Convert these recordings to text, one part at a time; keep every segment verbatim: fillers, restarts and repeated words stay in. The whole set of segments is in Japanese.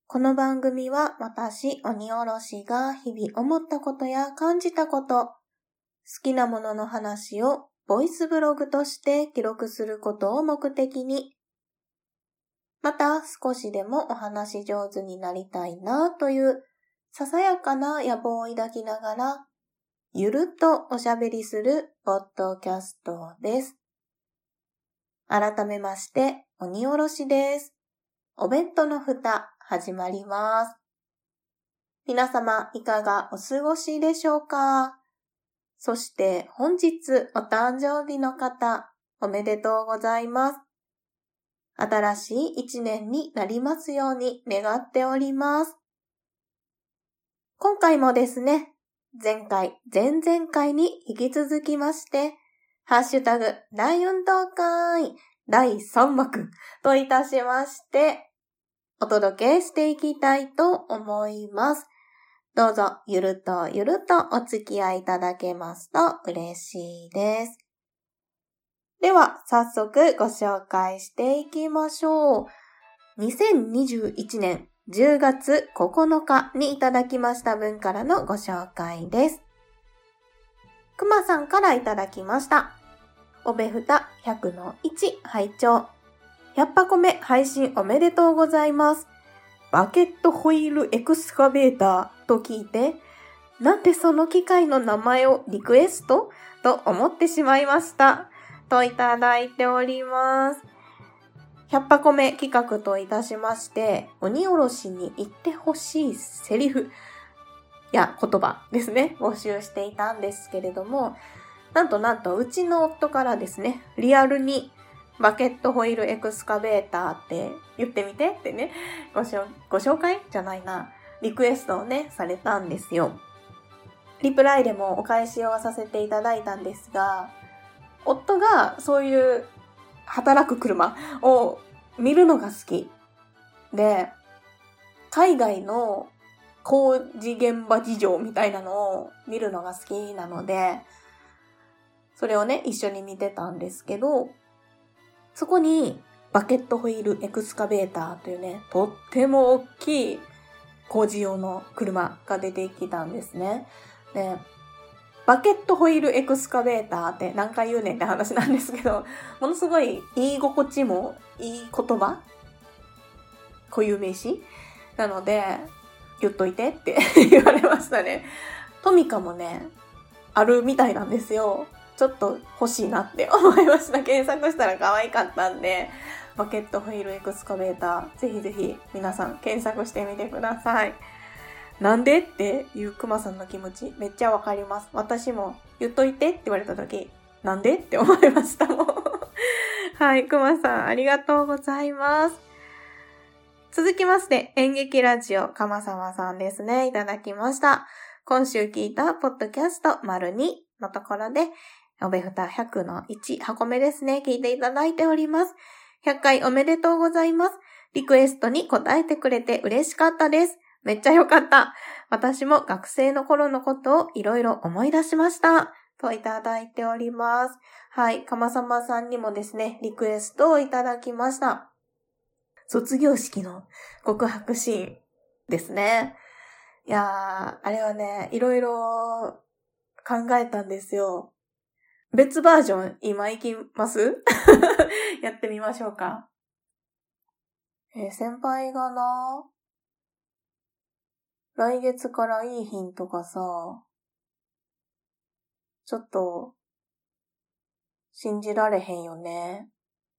この番組は私、鬼おろしが日々思ったことや感じたこと、好きなものの話をボイスブログとして記録することを目的に、また少しでもお話上手になりたいなというささやかな野望を抱きながら、ゆるっとおしゃべりするポッドキャストです。改めまして、鬼おろしです。お弁当の蓋、始まります。皆様、いかがお過ごしでしょうか？そして本日お誕生日の方、おめでとうございます。新しい一年になりますように願っております。今回もですね、前回、前々回に引き続きまして、ハッシュタグ大運動会だいさん幕といたしまして、お届けしていきたいと思います。どうぞゆるとゆるとお付き合いいただけますと嬉しいです。では早速ご紹介していきましょう。にせんにじゅういちねんじゅうがつここのかにいただきました分からのご紹介です。くまさんからいただきました。おべふた ひゃくのいち 拝聴。ひゃっぱこめ配信おめでとうございます。バケットホイールエクスカベーターと聞いて、なんでその機械の名前をリクエストと思ってしまいました。といただいております。ひゃっぱこめ企画といたしまして、鬼おろしに言ってほしいセリフや言葉ですね、募集していたんですけれども、なんとなんとうちの夫からですね、リアルにバケットホイールエクスカベーターって言ってみてってね、ごしょ、ご紹介じゃないな、リクエストをね、されたんですよ。リプライでもお返しをさせていただいたんですが、夫がそういう働く車を見るのが好きで、海外の工事現場事情みたいなのを見るのが好きなので、それをね、一緒に見てたんですけど、そこにバケットホイールエクスカベーターというね、とっても大きい工事用の車が出てきたんですね。で、バケットホイールエクスカベーターって何回言うねんって話なんですけど、ものすごい言い心地もいい言葉固有名詞なので、言っといてって言われましたね。トミカもね、あるみたいなんですよ。ちょっと欲しいなって思いました。検索したら可愛かったんで、バケットホイールエクスカベーター、ぜひぜひ皆さん検索してみてください。なんでっていうクマさんの気持ちめっちゃわかります。私も言っといてって言われた時、なんでって思いましたもん。はい、クマさんありがとうございます。続きまして、演劇ラジオかまさまさんですね。いただきました。今週聞いたポッドキャスト丸にのところで、おべふたひゃくのいち箱目ですね。聞いていただいております。ひゃっかいおめでとうございます。リクエストに答えてくれて嬉しかったです。めっちゃよかった。私も学生の頃のことをいろいろ思い出しました。といただいております。はい。かまさまさんにもですね、リクエストをいただきました。卒業式の告白シーンですね。いやー、あれはね、いろいろ考えたんですよ。別バージョン今行きますやってみましょうか。えー、先輩がな、来月からいいヒントがさ、ちょっと信じられへんよね。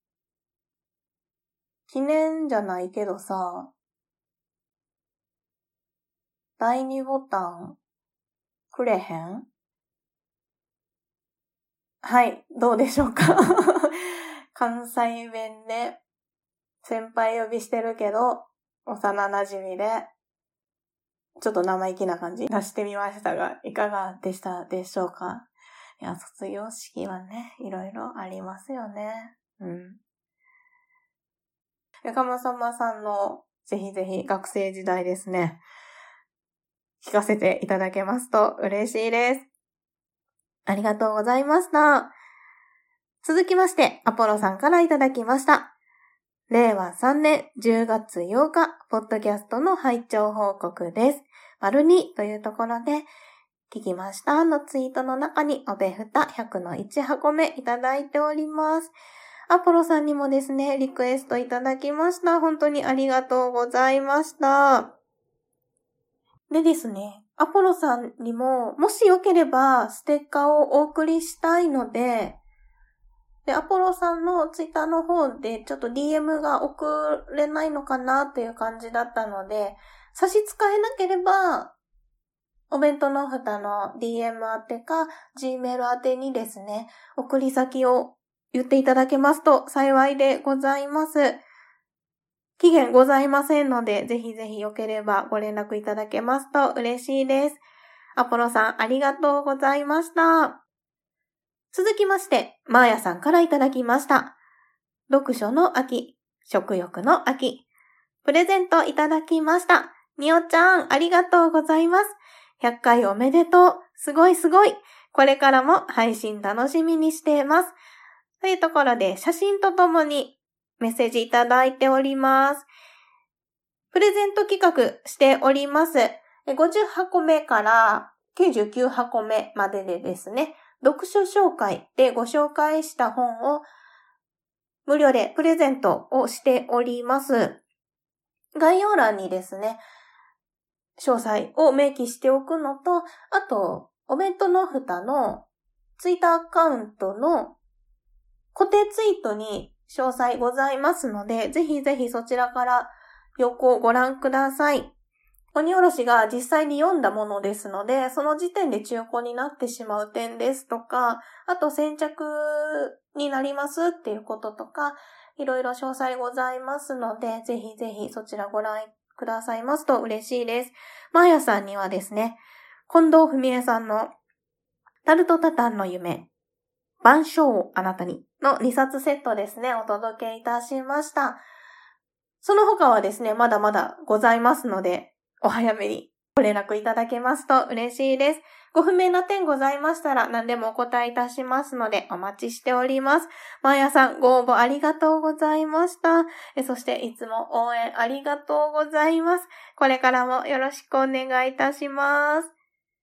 記念じゃないけどさ、だいにボタンくれへん？はい、どうでしょうか関西弁で先輩呼びしてるけど幼馴染でちょっと生意気な感じ出してみましたが、いかがでしたでしょうか？いや、卒業式はね、いろいろありますよね。うん。かまさまさんのぜひぜひ学生時代ですね、聞かせていただけますと嬉しいです。ありがとうございました。続きまして、アポロさんからいただきました。 れいわさんねんじゅうがつようか、ポッドキャストの拝聴報告です。丸にというところで、聞きましたのツイートの中におべふたひゃくのいち箱目いただいております。アポロさんにもですね、リクエストいただきました。本当にありがとうございました。でですね、アポロさんにも、もしよければステッカーをお送りしたいので、で、アポロさんのツイッターの方でちょっと ディーエム が送れないのかなっていう感じだったので、差し支えなければ、お弁当の蓋の ディーエム 宛てか Gmail 宛てにですね、送り先を言っていただけますと幸いでございます。期限ございませんので、ぜひぜひよければご連絡いただけますと嬉しいです。アポロさんありがとうございました。続きまして、マーヤさんからいただきました。読書の秋、食欲の秋、プレゼントいただきました。みおちゃん、ありがとうございます。ひゃっかいおめでとう。すごいすごい。これからも配信楽しみにしています。というところで、写真とともにメッセージいただいております。プレゼント企画しております。ごじゅっ箱目からきゅうじゅうきゅう箱目まででですね、読書紹介でご紹介した本を無料でプレゼントをしております。概要欄にですね、詳細を明記しておくのと、あと、お弁当の蓋のツイッターアカウントの固定ツイートに詳細ございますので、ぜひぜひそちらから横をご覧ください。鬼おろしが実際に読んだものですので、その時点で中古になってしまう点ですとか、あと先着になりますっていうこととか、いろいろ詳細ございますので、ぜひぜひそちらご覧くださいますと嬉しいです。マーヤさんにはですね、近藤文江さんのタルトタタンの夢、晩鐘あなたにのにさつセットですね、お届けいたしました。その他はですね、まだまだございますので、お早めにご連絡いただけますと嬉しいです。ご不明な点ございましたら何でもお答えいたしますのでお待ちしております。マーヤさんご応募ありがとうございました。えそしていつも応援ありがとうございます。これからもよろしくお願いいたします。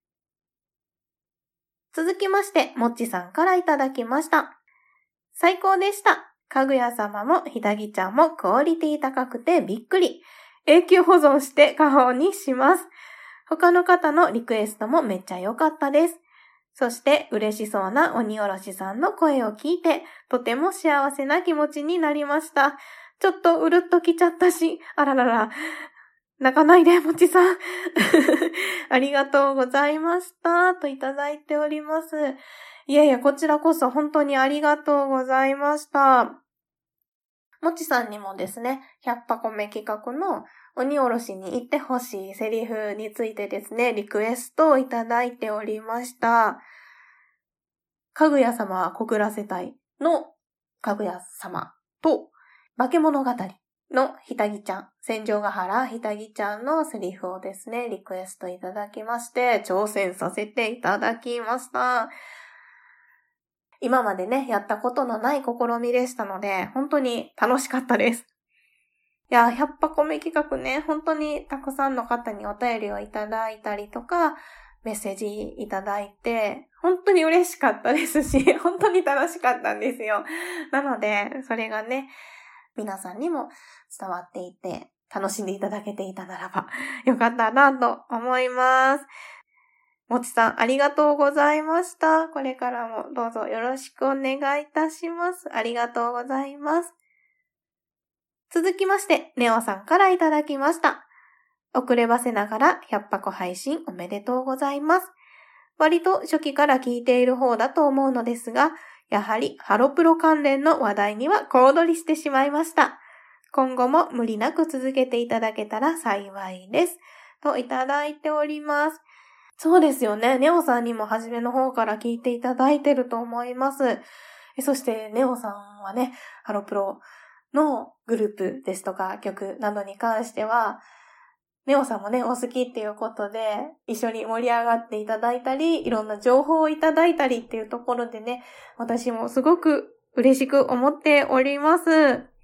続きまして、もっちさんからいただきました。最高でした。かぐや様もひだぎちゃんもクオリティ高くてびっくり。永久保存して家宝にします。他の方のリクエストもめっちゃ良かったです。そして嬉しそうな鬼おろしさんの声を聞いて、とても幸せな気持ちになりました。ちょっとうるっときちゃったし、あららら、泣かないで、もちさん。ありがとうございました。といただいております。いやいや、こちらこそ本当にありがとうございました。もちさんにもですね、ひゃっ箱目企画の鬼おろしに言ってほしいセリフについてですね、リクエストをいただいておりました。かぐや様は告らせたいのかぐや様と、化け物語のひたぎちゃん、戦場ヶ原ひたぎちゃんのセリフをですね、リクエストいただきまして、挑戦させていただきました。今までね、やったことのない試みでしたので、本当に楽しかったです。いや、ひゃっ箱目企画ね、本当にたくさんの方にお便りをいただいたりとか、メッセージいただいて、本当に嬉しかったですし、本当に楽しかったんですよ。なので、それがね、皆さんにも伝わっていて、楽しんでいただけていたならば、よかったなと思います。もちさん、ありがとうございました。これからもどうぞよろしくお願いいたします。ありがとうございます。続きまして、ネオさんからいただきました。遅ればせながらひゃっ箱配信おめでとうございます。割と初期から聞いている方だと思うのですが、やはりハロプロ関連の話題には小躍りしてしまいました。今後も無理なく続けていただけたら幸いです。といただいております。そうですよね。ネオさんにも初めの方から聞いていただいてると思います。そしてネオさんはね、ハロプロのグループですとか曲などに関しては、ネオさんもね、お好きっていうことで、一緒に盛り上がっていただいたり、いろんな情報をいただいたりっていうところでね、私もすごく嬉しく思っております。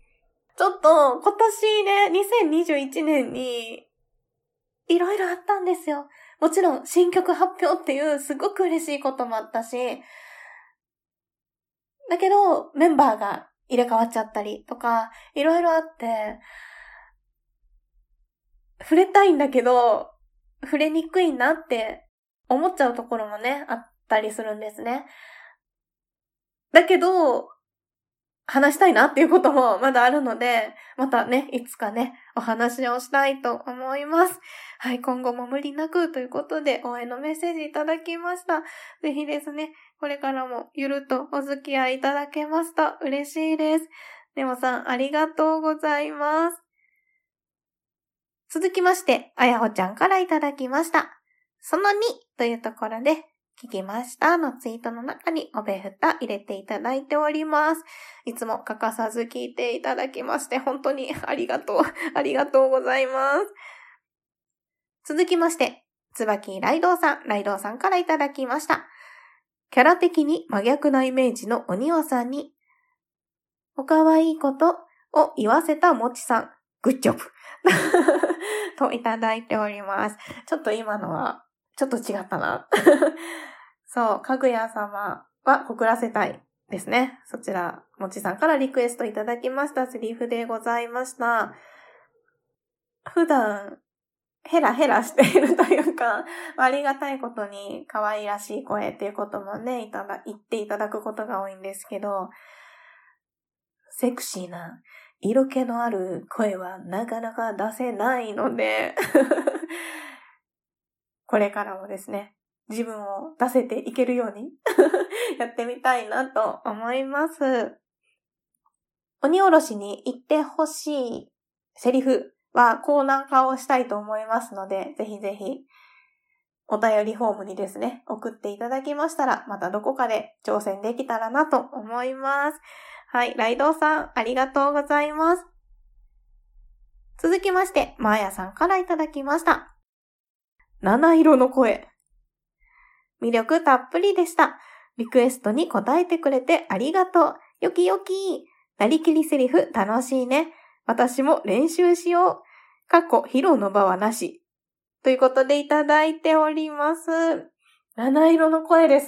ちょっと今年ね、にせんにじゅういちねんにいろいろあったんですよ。もちろん新曲発表っていうすごく嬉しいこともあったし、だけどメンバーが入れ替わっちゃったりとか、いろいろあって、触れたいんだけど、触れにくいなって思っちゃうところもね、あったりするんですね。だけど、話したいなっていうこともまだあるので、またね、いつかね、お話をしたいと思います。はい、今後も無理なくということで応援のメッセージいただきました。ぜひですね、これからもゆるとお付き合いいただけますと嬉しいです。ネモさん、ありがとうございます。続きまして、あやほちゃんからいただきました。そのにというところで、聞きましたのツイートの中におべふた入れていただいております。いつも欠かさず聞いていただきまして本当にありがとう、ありがとうございます。続きまして、つばきライドウさん、ライドウさんからいただきました。キャラ的に真逆なイメージのおにわさんに、おかわいいことを言わせたもちさん、グッジョブといただいております。ちょっと今のはちょっと違ったな。そう、かぐや様は告らせたいですね。そちら、もちさんからリクエストいただきましたセリフでございました。普段、ヘラヘラしているというか、ありがたいことに可愛らしい声っていうこともね、いただ、言っていただくことが多いんですけど、セクシーな色気のある声はなかなか出せないので、これからもですね、自分を出せていけるようにやってみたいなと思います。鬼おろしに言ってほしいセリフはコーナー化をしたいと思いますので、ぜひぜひお便りフォームにですね、送っていただきましたら、またどこかで挑戦できたらなと思います。はい、ライドウさん、ありがとうございます。続きまして、マーヤさんからいただきました。七色の声。魅力たっぷりでした。リクエストに答えてくれてありがとう。よきよき。なりきりセリフ楽しいね。私も練習しよう。過去披露の場はなし。ということでいただいております。七色の声ですって。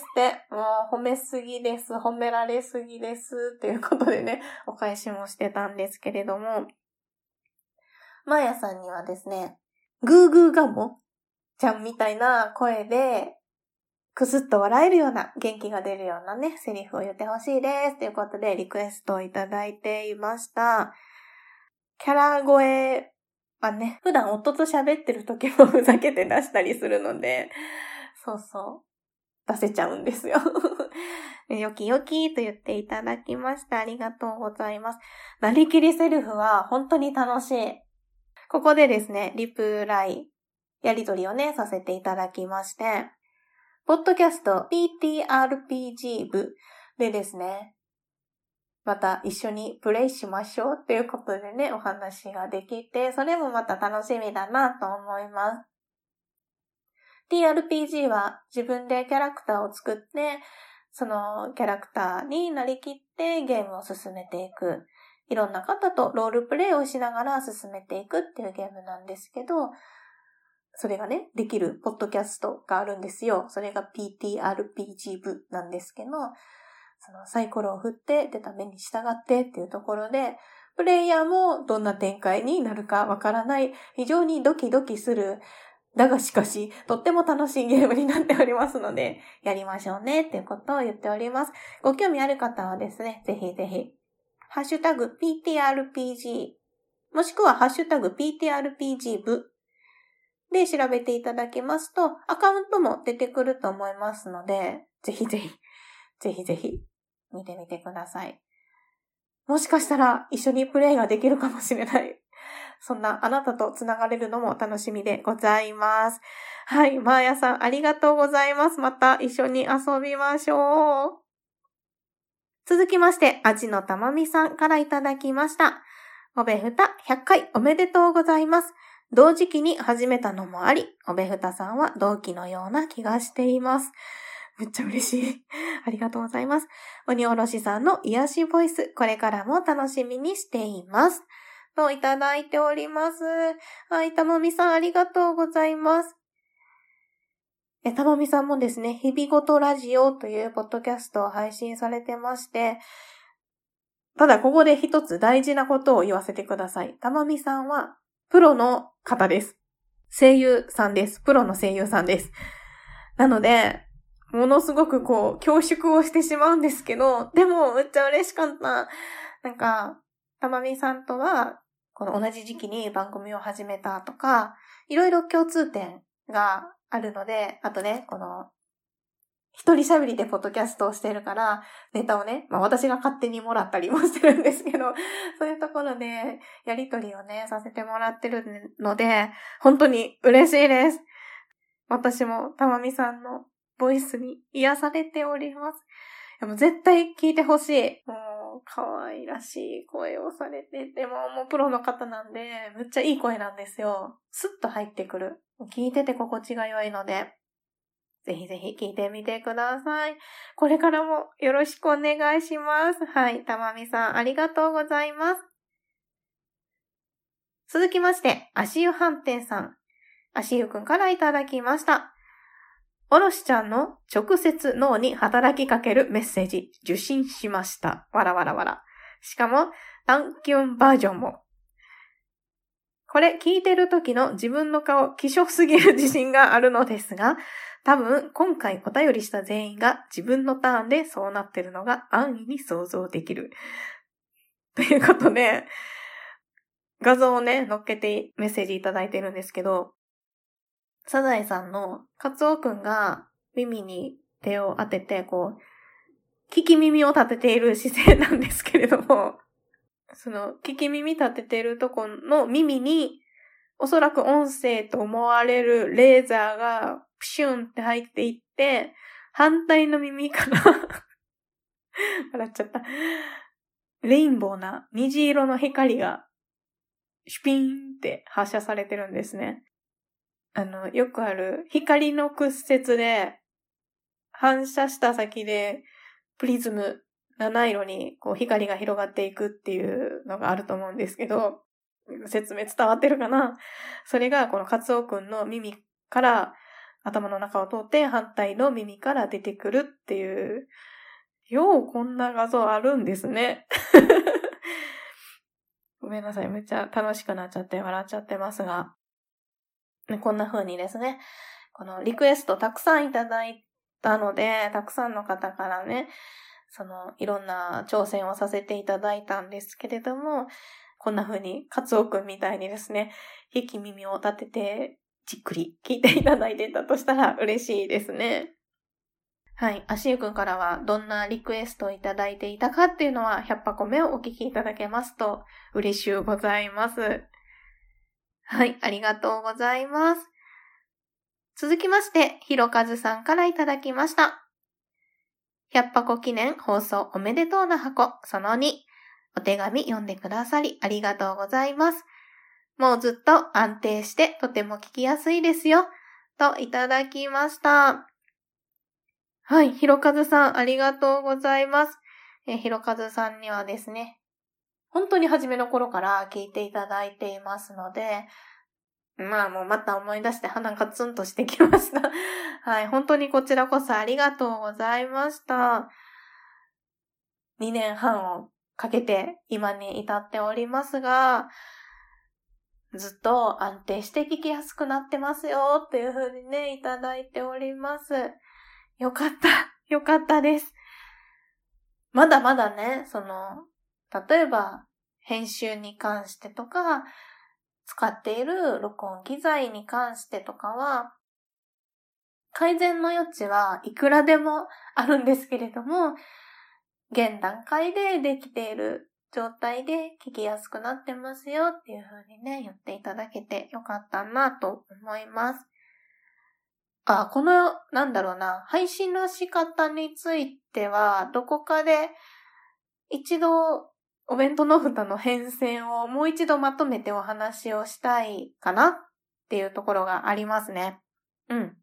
もう褒めすぎです。褒められすぎです。ということでね、お返しもしてたんですけれども。マーヤさんにはですね、グーグーガモちゃんみたいな声で、くすっと笑えるような、元気が出るようなね、セリフを言ってほしいです。ということで、リクエストをいただいていました。キャラ声はね、普段夫と喋ってる時もふざけて出したりするので、そうそう、出せちゃうんですよ。よきよきと言っていただきました。ありがとうございます。なりきりセリフは本当に楽しい。ここでですね、リプライ、やりとりをね、させていただきまして、ポッドキャスト ピーティーアールピージー 部でですね、また一緒にプレイしましょうっていうことでね、お話ができて、それもまた楽しみだなと思います。ティーアールピージー は自分でキャラクターを作って、そのキャラクターになりきってゲームを進めていく。いろんな方とロールプレイをしながら進めていくっていうゲームなんですけど、それがね、できるポッドキャストがあるんですよ。それが ピーティーアールピージー 部なんですけど、そのサイコロを振って出た目に従ってっていうところで、プレイヤーもどんな展開になるかわからない、非常にドキドキする、だがしかし、とっても楽しいゲームになっておりますので、やりましょうねっていうことを言っております。ご興味ある方はですね、ぜひぜひ、ハッシュタグ ピーティーアールピージー、もしくはハッシュタグ ピーティーアールピージー 部で調べていただきますと、アカウントも出てくると思いますので、ぜひぜひ、ぜひぜひ、見てみてください。もしかしたら一緒にプレイができるかもしれない。そんなあなたとつながれるのも楽しみでございます。はい、マーヤさんありがとうございます。また一緒に遊びましょう。続きまして、あじのたまみさんからいただきました。おべふたひゃっかいおめでとうございます。同時期に始めたのもあり、おべふたさんは同期のような気がしています。 めっちゃ嬉しい。ありがとうございます。鬼おろしさんの癒しボイス、これからも楽しみにしています。といただいております。はい、たまみさんありがとうございます。え、たまみさんもですね、日々ごとラジオというポッドキャストを配信されてまして、ただここで一つ大事なことを言わせてください。たまみさんはプロの方です。声優さんです。プロの声優さんです。なので、ものすごくこう、恐縮をしてしまうんですけど、でも、めっちゃ嬉しかった。なんか、たまみさんとは、この同じ時期に番組を始めたとか、いろいろ共通点があるので、あとね、この、一人喋りでポッドキャストをしてるから、ネタをね、まあ私が勝手にもらったりもしてるんですけど、そういうところでやりとりをね、させてもらってるので、本当に嬉しいです。私もたまみさんのボイスに癒されております。でも絶対聞いてほしい。もう、可愛らしい声をされてて、ももうプロの方なんで、めっちゃいい声なんですよ。スッと入ってくる。聞いてて心地が良いので、ぜひぜひ聞いてみてください。これからもよろしくお願いします。はい、たまみさんありがとうございます。続きまして、足湯飯店さん。足湯くんからいただきました。おろしちゃんの直接脳に働きかけるメッセージ受信しました。わらわらわら。しかも、タンキュンバージョンも。これ聞いてる時の自分の顔、希少すぎる自信があるのですが、多分今回お便りした全員が自分のターンでそうなってるのが安易に想像できる。ということで、画像をね、載っけてメッセージいただいてるんですけど、サザエさんのカツオくんが耳に手を当てて、こう、聞き耳を立てている姿勢なんですけれども、その、聞き耳立てているとこの耳に、おそらく音声と思われるレーザーがプシュンって入っていって、反対の耳から笑っちゃった。レインボーな虹色の光がシュピーンって発射されてるんですね。あの、よくある光の屈折で反射した先でプリズム七色にこう光が広がっていくっていうのがあると思うんですけど、説明伝わってるかな？それがこのカツオくんの耳から頭の中を通って反対の耳から出てくるっていう、ようこんな画像あるんですね。ごめんなさい、めっちゃ楽しくなっちゃって笑っちゃってますが、こんな風にですね、このリクエストたくさんいただいたので、たくさんの方からね、そのいろんな挑戦をさせていただいたんですけれども、こんな風にカツオくんみたいにですね、引き耳を立ててじっくり聞いていただいてたとしたら嬉しいですね。はい。足湯くんからはどんなリクエストをいただいていたかっていうのはひゃっぱこめをお聞きいただけますと嬉しゅうございます。はい。ありがとうございます。続きまして、ひろかずさんからいただきました。ひゃっぱこ記念放送おめでとうな箱そのに。お手紙読んでくださりありがとうございます。もうずっと安定してとても聞きやすいですよ。といただきました。はい、ひろかずさんありがとうございます。えひろかずさんにはですね、本当に初めの頃から聞いていただいていますので、まあもうまた思い出して鼻がツンとしてきました。はい、本当にこちらこそありがとうございました。にねんはんをかけて今に至っておりますが、ずっと安定して聞きやすくなってますよっていう風にね、いただいております。よかった。よかったです。まだまだね、その、例えば編集に関してとか、使っている録音機材に関してとかは、改善の余地はいくらでもあるんですけれども、現段階でできている状態で聞きやすくなってますよっていう風にね、言っていただけてよかったなと思います。あ、この、なんだろうな、配信の仕方については、どこかで一度お弁当の蓋の変遷をもう一度まとめてお話をしたいかなっていうところがありますね。うん。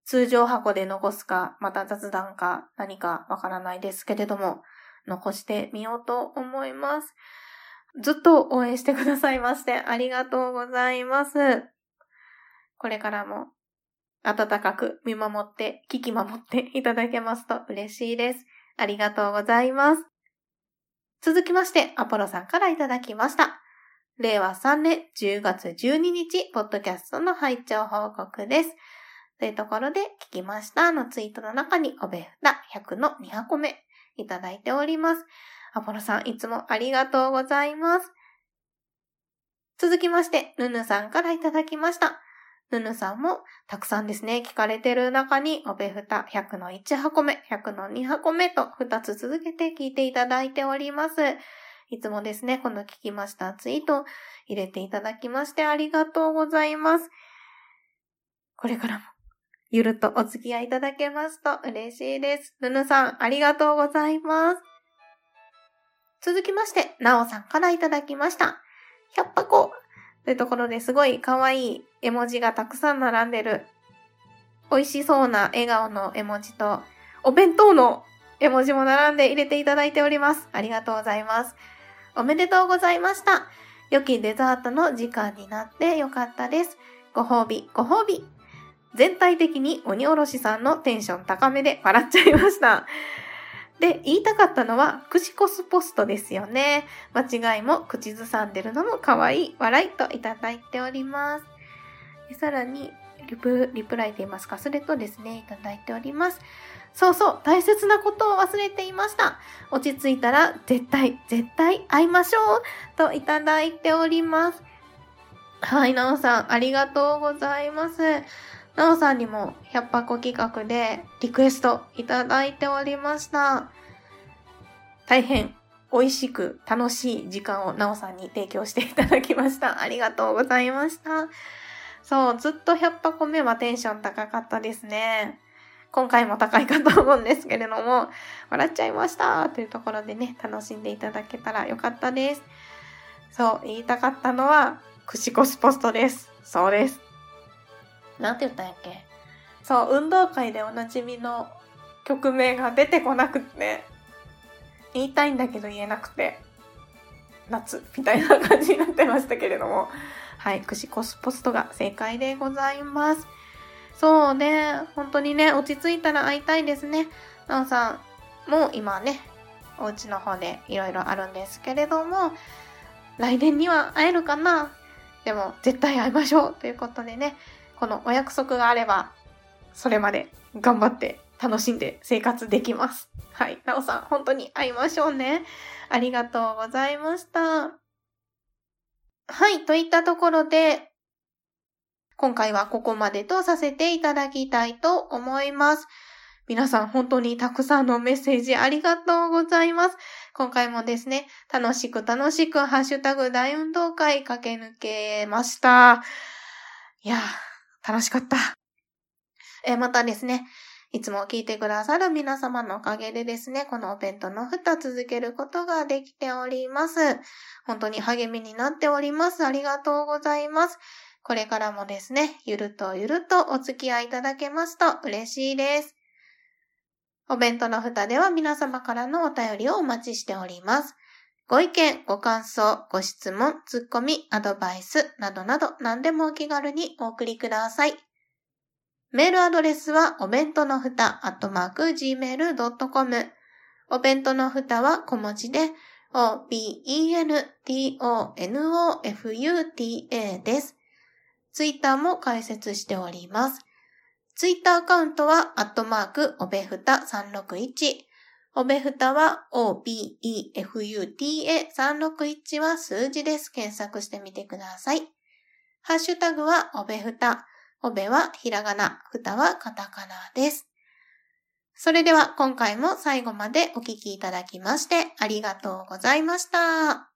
通常箱で残すか、また雑談か何かわからないですけれども、残してみようと思います。ずっと応援してくださいましてありがとうございます。これからも温かく見守って、聞き守っていただけますと嬉しいです。ありがとうございます。続きまして、アポロさんからいただきました。れいわさんねんじゅうがつじゅうににち、ポッドキャストの拝聴報告です。というところで、聞きましたのツイートの中に、おべふたひゃくのにはこめいただいております。アポロさん、いつもありがとうございます。続きまして、ぬぬさんからいただきました。ぬぬさんもたくさんですね、聞かれてる中に、おべふたひゃくのいちはこめ、ひゃくのにはこめとふたつ続けて聞いていただいております。いつもですね、この聞きましたツイート入れていただきましてありがとうございます。これからもゆるっとお付き合いいただけますと嬉しいです。ぬぬさん、ありがとうございます。続きまして、なおさんからいただきました。ひゃっぱこというところですごい可愛い絵文字がたくさん並んでる、美味しそうな笑顔の絵文字と、お弁当の絵文字も並んで入れていただいております。ありがとうございます。おめでとうございました。良きデザートの時間になってよかったです。ご褒美、ご褒美。全体的に鬼おろしさんのテンション高めで笑っちゃいました。で、言いたかったのは、口コスポストですよね。間違いも口ずさんでるのも可愛い笑いといただいております。でさらにリプ、リプライと言いますか、それとですね、いただいております。そうそう、大切なことを忘れていました。落ち着いたら絶対、絶対会いましょうといただいております。はい、なおさん、ありがとうございます。なおさんにもひゃっぱこ企画でリクエストいただいておりました。大変美味しく楽しい時間をなおさんに提供していただきました。ありがとうございました。そう、ずっとひゃっぱこめはテンション高かったですね。今回も高いかと思うんですけれども、笑っちゃいましたというところでね、楽しんでいただけたらよかったです。そう、言いたかったのは、口コスポストです。そうです。なんて言ったんやっけ？そう、運動会でおなじみの曲名が出てこなくって、言いたいんだけど言えなくて、夏みたいな感じになってましたけれども、はい、口コスポストが正解でございます。そうね、本当にね、落ち着いたら会いたいですね。なおさんも今ね、お家の方でいろいろあるんですけれども、来年には会えるかな？でも絶対会いましょうということでね、このお約束があれば、それまで頑張って楽しんで生活できます。はい。なおさん、本当に会いましょうね。ありがとうございました。はい。といったところで、今回はここまでとさせていただきたいと思います。皆さん本当にたくさんのメッセージありがとうございます。今回もですね、楽しく楽しくハッシュタグ大運動会駆け抜けました。いやー、楽しかった。えー、またですね、いつも聞いてくださる皆様のおかげでですね、このお弁当の蓋続けることができております。本当に励みになっております。ありがとうございます。これからもですね、ゆるとゆるとお付き合いいただけますと嬉しいです。お弁当の蓋では皆様からのお便りをお待ちしております。ご意見、ご感想、ご質問、ツッコミ、アドバイスなどなど何でもお気軽にお送りください。メールアドレスはお弁当のふたアットマークジーメールドットコム。お弁当のふたは小文字で オービーイーエヌティーオーエヌオーエフユーティーエー です。ツイッターも開設しております。ツイッターアカウントはアットマークおべふたさんろくいち。おべふたは オービーイーエフユーティーエーさんろくいち は数字です。検索してみてください。ハッシュタグはおべふた。おべはひらがな、ふたはカタカナです。それでは今回も最後までお聞きいただきましてありがとうございました。